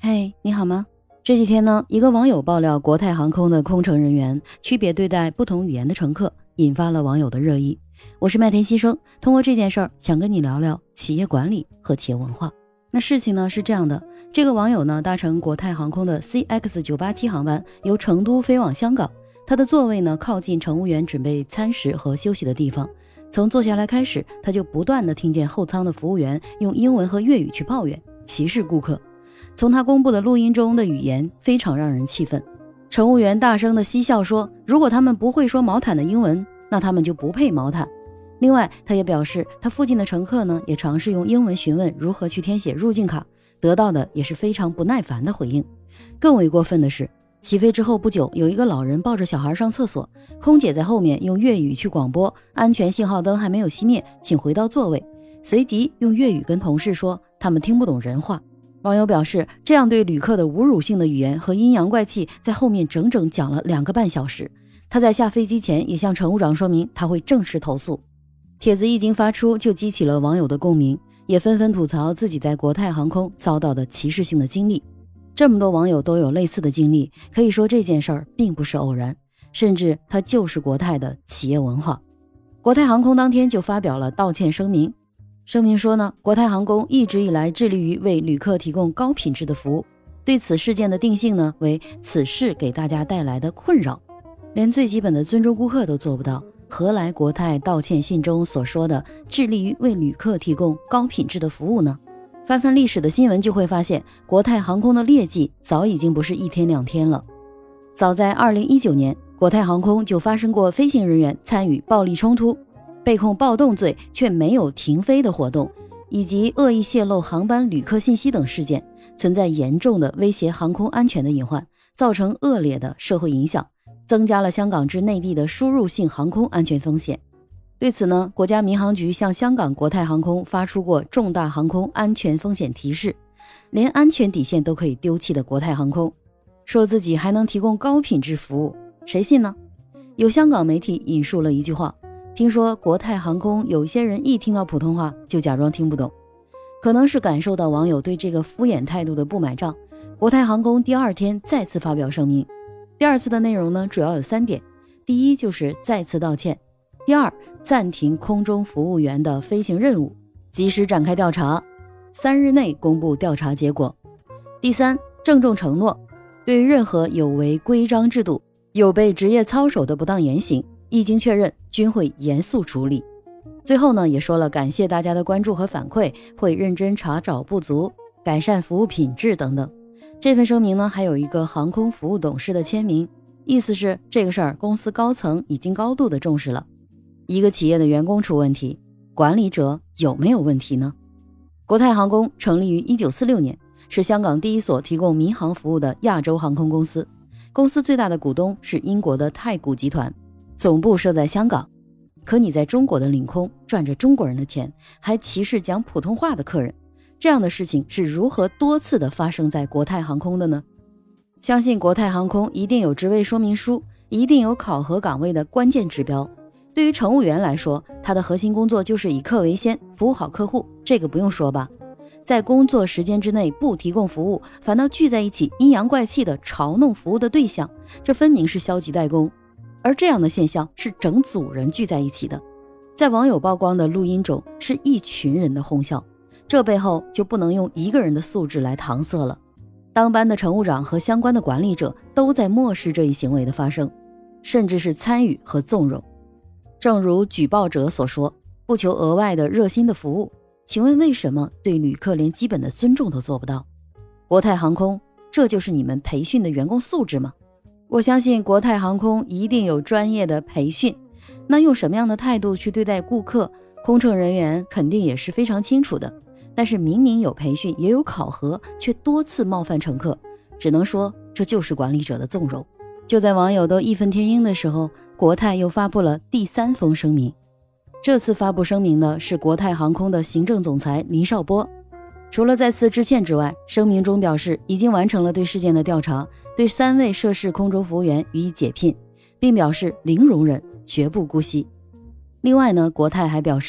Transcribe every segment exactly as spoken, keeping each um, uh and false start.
嘿，你好吗？这几天呢，一个网友爆料国泰航空的空乘人员区别对待不同语言的乘客，引发了网友的热议。我是麦田西生，通过这件事儿想跟你聊聊企业管理和企业文化。那事情呢是这样的，这个网友呢搭乘国泰航空的 C X 九八七 航班由成都飞往香港，他的座位呢靠近乘务员准备餐食和休息的地方。从坐下来开始，他就不断地听见后舱的服务员用英文和粤语去抱怨歧视顾客。从他公布的录音中的语言非常让人气愤。乘务员大声地嬉笑说，如果他们不会说毛毯的英文，那他们就不配毛毯。另外，他也表示他附近的乘客呢也尝试用英文询问如何去填写入境卡，得到的也是非常不耐烦的回应。更为过分的是，起飞之后不久，有一个老人抱着小孩上厕所，空姐在后面用粤语去广播，安全信号灯还没有熄灭，请回到座位。随即用粤语跟同事说他们听不懂人话。网友表示，这样对旅客的侮辱性的语言和阴阳怪气在后面整整讲了两个半小时。他在下飞机前也向乘务长说明他会正式投诉。帖子一经发出，就激起了网友的共鸣，也纷纷吐槽自己在国泰航空遭到的歧视性的经历。这么多网友都有类似的经历，可以说这件事儿并不是偶然，甚至它就是国泰的企业文化。国泰航空当天就发表了道歉声明，声明说呢，国泰航空一直以来致力于为旅客提供高品质的服务，对此事件的定性呢为此事给大家带来的困扰，连最基本的尊重顾客都做不到，何来国泰道歉信中所说的致力于为旅客提供高品质的服务呢？翻翻历史的新闻就会发现，国泰航空的劣迹早已经不是一天两天了。早在二零一九年，国泰航空就发生过飞行人员参与暴力冲突，被控暴动罪却没有停飞的活动，以及恶意泄露航班旅客信息等事件，存在严重的威胁航空安全的隐患，造成恶劣的社会影响，增加了香港至内地的输入性航空安全风险。对此呢，国家民航局向香港国泰航空发出过重大航空安全风险提示。连安全底线都可以丢弃的国泰航空，说自己还能提供高品质服务，谁信呢？有香港媒体引述了一句话，听说国泰航空有些人一听到普通话就假装听不懂。可能是感受到网友对这个敷衍态度的不买账，国泰航空第二天再次发表声明。第二次的内容呢，主要有三点。第一就是再次道歉，第二，暂停空中服务员的飞行任务，及时展开调查，三日内公布调查结果。第三，郑重承诺，对于任何有违规章制度、有悖职业操守的不当言行，一经确认均会严肃处理。最后呢，也说了感谢大家的关注和反馈，会认真查找不足，改善服务品质等等。这份声明呢，还有一个航空服务董事的签名，意思是这个事儿公司高层已经高度的重视了。一个企业的员工出问题，管理者有没有问题呢？国泰航空成立于一九四六年，是香港第一所提供民航服务的亚洲航空公司。公司最大的股东是英国的太古集团，总部设在香港。可你在中国的领空赚着中国人的钱，还歧视讲普通话的客人，这样的事情是如何多次的发生在国泰航空的呢？相信国泰航空一定有职位说明书，一定有考核岗位的关键指标。对于乘务员来说，他的核心工作就是以客为先，服务好客户，这个不用说吧。在工作时间之内不提供服务，反倒聚在一起阴阳怪气的嘲弄服务的对象，这分明是消极怠工。而这样的现象是整组人聚在一起的，在网友曝光的录音中是一群人的哄笑，这背后就不能用一个人的素质来搪塞了。当班的乘务长和相关的管理者都在漠视这一行为的发生，甚至是参与和纵容。正如举报者所说，不求额外的热心的服务，请问为什么对旅客连基本的尊重都做不到？国泰航空，这就是你们培训的员工素质吗？我相信国泰航空一定有专业的培训，那用什么样的态度去对待顾客，空乘人员肯定也是非常清楚的。但是明明有培训也有考核，却多次冒犯乘客，只能说这就是管理者的纵容。就在网友都义愤填膺的时候，国泰又发布了第三封声明。这次发布声明的是国泰航空的行政总裁林绍波。除了再次致歉之外，声明中表示已经完成了对事件的调查，对三位涉事空中服务员予以解聘，并表示零容忍，绝不姑息。另外呢，国泰还表示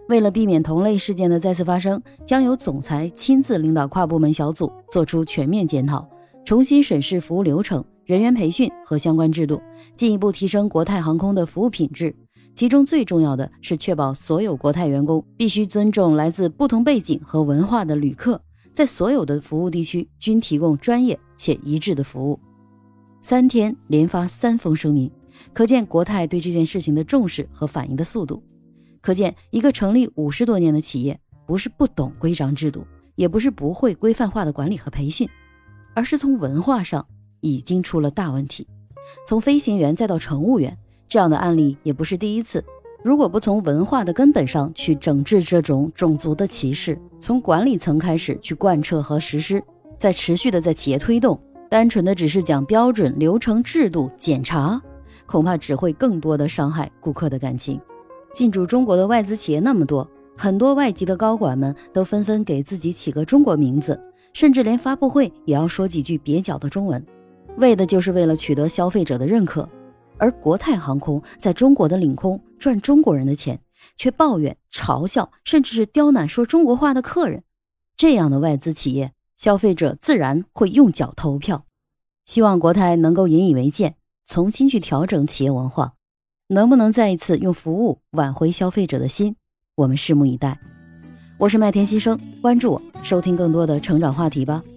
为了避免同类事件的再次发生，将由总裁亲自领导跨部门小组做出全面检讨，重新审视服务流程、人员培训和相关制度，进一步提升国泰航空的服务品质。其中最重要的是确保所有国泰员工必须尊重来自不同背景和文化的旅客，在所有的服务地区均提供专业且一致的服务。三天连发三封声明，可见国泰对这件事情的重视和反应的速度。可见一个成立五十多年的企业，不是不懂规章制度，也不是不会规范化的管理和培训，而是从文化上已经出了大问题。从飞行员再到乘务员，这样的案例也不是第一次。如果不从文化的根本上去整治这种种族的歧视，从管理层开始去贯彻和实施，再持续的在企业推动，单纯的只是讲标准、流程、制度、检查，恐怕只会更多的伤害顾客的感情。进驻中国的外资企业那么多，很多外籍的高管们都纷纷给自己起个中国名字，甚至连发布会也要说几句蹩脚的中文，为的就是为了取得消费者的认可。而国泰航空在中国的领空赚中国人的钱，却抱怨、嘲笑，甚至是刁难说中国话的客人，这样的外资企业，消费者自然会用脚投票。希望国泰能够引以为戒，重新去调整企业文化，能不能再一次用服务挽回消费者的心，我们拭目以待。我是麦田西生，关注我，收听更多的成长话题吧。